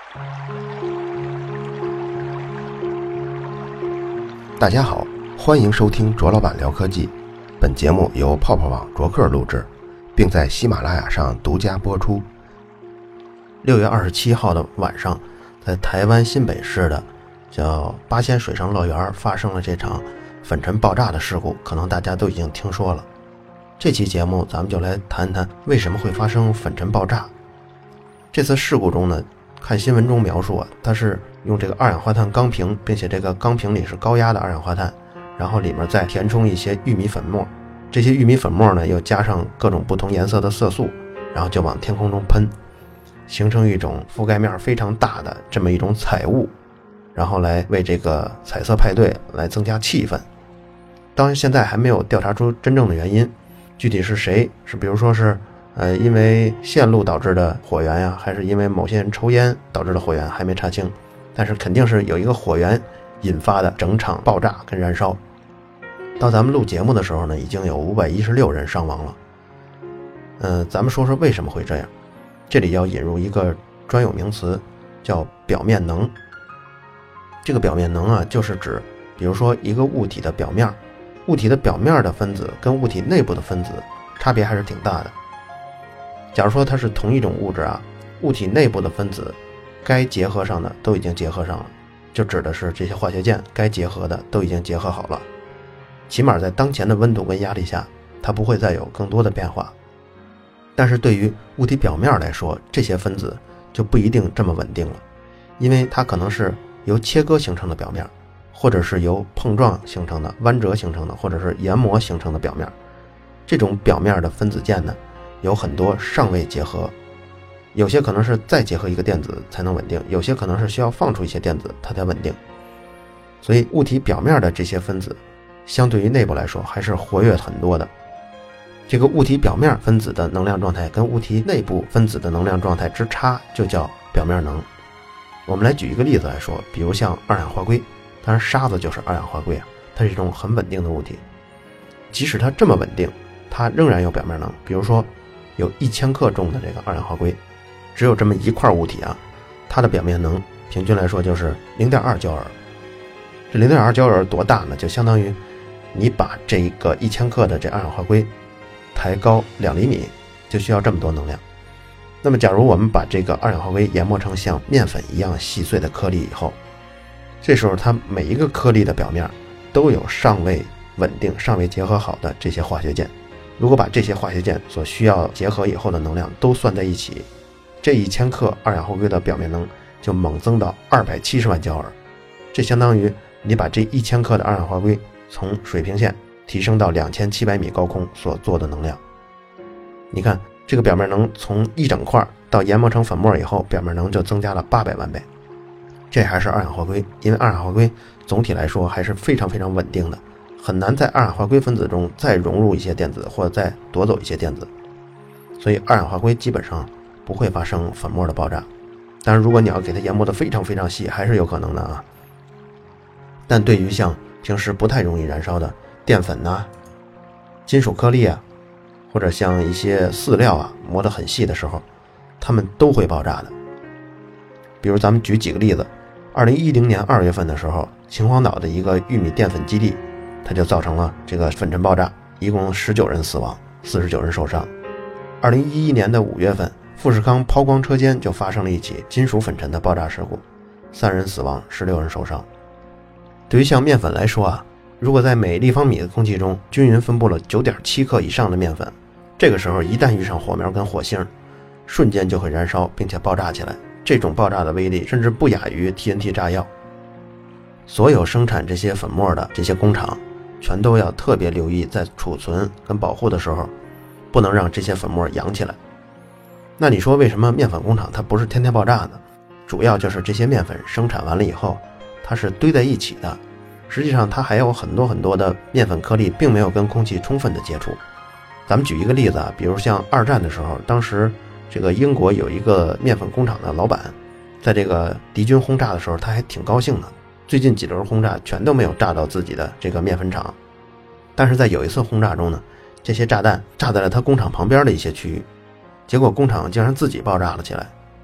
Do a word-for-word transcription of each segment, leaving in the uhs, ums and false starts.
大家好，欢迎收听卓老板聊科技。本节目由泡泡网卓克录制，并在喜马拉雅上独家播出。六月二十七号的晚上，在台湾新北市的叫八仙水上乐园发生了这场粉尘爆炸的事故，可能大家都已经听说了。这期节目咱们就来谈谈为什么会发生粉尘爆炸。这次事故中呢，看新闻中描述啊，它是用这个二氧化碳钢瓶，并且这个钢瓶里是高压的二氧化碳，然后里面再填充一些玉米粉末，这些玉米粉末呢又加上各种不同颜色的色素，然后就往天空中喷，形成一种覆盖面非常大的这么一种彩雾，然后来为这个彩色派对来增加气氛。当然现在还没有调查出真正的原因，具体是谁，是比如说是呃，因为线路导致的火源呀，还是因为某些人抽烟导致的火源，还没查清。但是肯定是有一个火源引发的整场爆炸跟燃烧。到咱们录节目的时候呢，已经有五百一十六人伤亡了。呃，咱们说说为什么会这样。这里要引入一个专有名词，叫表面能。这个表面能啊，就是指比如说一个物体的表面，物体的表面的分子跟物体内部的分子差别还是挺大的。假如说它是同一种物质啊，物体内部的分子该结合上的都已经结合上了，就指的是这些化学键该结合的都已经结合好了，起码在当前的温度跟压力下，它不会再有更多的变化。但是对于物体表面来说，这些分子就不一定这么稳定了，因为它可能是由切割形成的表面，或者是由碰撞形成的、弯折形成的，或者是研磨形成的表面。这种表面的分子键呢，有很多尚未结合，有些可能是再结合一个电子才能稳定，有些可能是需要放出一些电子它才稳定。所以物体表面的这些分子相对于内部来说还是活跃很多的。这个物体表面分子的能量状态跟物体内部分子的能量状态之差就叫表面能。我们来举一个例子来说，比如像二氧化硅，当然沙子就是二氧化硅啊，它是一种很稳定的物体。即使它这么稳定，它仍然有表面能。比如说有一千克重的这个二氧化硅，只有这么一块物体啊，它的表面能平均来说就是 零点二焦耳。这 零点二焦耳多大呢？就相当于你把这个一千克的这二氧化硅抬高两厘米，就需要这么多能量。那么假如我们把这个二氧化硅研磨成像面粉一样细碎的颗粒以后，这时候它每一个颗粒的表面都有尚未稳定、尚未结合好的这些化学键。如果把这些化学键所需要结合以后的能量都算在一起，这一千克二氧化硅的表面能就猛增到二百七十万焦耳。这相当于你把这一千克的二氧化硅从水平线提升到两千七百米高空所做的能量。你看这个表面能从一整块到研磨成粉末以后，表面能就增加了八百万倍。这还是二氧化硅，因为二氧化硅总体来说还是非常非常稳定的，很难在二氧化硅分子中再融入一些电子或者再夺走一些电子，所以二氧化硅基本上不会发生粉末的爆炸。当然如果你要给它研磨得非常非常细，还是有可能的啊。但对于像平时不太容易燃烧的淀粉啊、金属颗粒啊，或者像一些饲料啊磨得很细的时候，它们都会爆炸的。比如咱们举几个例子，二零一零年二月份的时候，秦皇岛的一个玉米淀粉基地，它就造成了这个粉尘爆炸，一共十九人死亡，四十九人受伤。二零一一年的五月份，富士康抛光车间就发生了一起金属粉尘的爆炸事故，三人死亡，十六人受伤。对于像面粉来说啊，如果在每立方米的空气中均匀分布了 九点七克以上的面粉，这个时候一旦遇上火苗跟火星，瞬间就会燃烧并且爆炸起来，这种爆炸的威力甚至不亚于 T N T 炸药。所有生产这些粉末的这些工厂全都要特别留意，在储存跟保护的时候不能让这些粉末扬起来。那你说为什么面粉工厂它不是天天爆炸呢？主要就是这些面粉生产完了以后它是堆在一起的，实际上它还有很多很多的面粉颗粒并没有跟空气充分的接触。咱们举一个例子啊，比如像二战的时候，当时这个英国有一个面粉工厂的老板，在这个敌军轰炸的时候他还挺高兴的，最近几轮轰炸全都没有炸到自己的这个面粉厂。但是在有一次轰炸中呢，这些炸弹炸在了他工厂旁边的一些区域，结果工厂竟然自己爆炸了起来。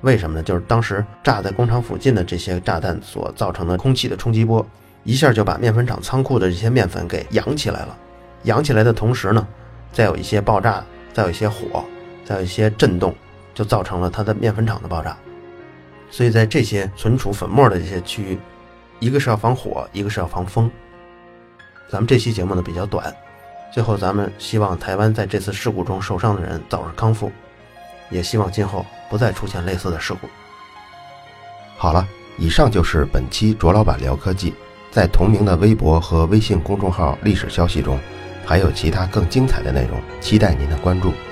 为什么呢？就是当时炸在工厂附近的这些炸弹所造成的空气的冲击波，一下就把面粉厂仓库的这些面粉给扬起来了。扬起来的同时呢，再有一些爆炸，再有一些火，再有一些震动，就造成了它的面粉厂的爆炸。所以在这些存储粉末的这些区域，一个是要防火，一个是要防风。咱们这期节目呢比较短，最后咱们希望台湾在这次事故中受伤的人早日康复，也希望今后不再出现类似的事故。 好了，以上就是本期卓老板聊科技。在同名的微博和微信公众号历史消息中，还有其他更精彩的内容，期待您的关注。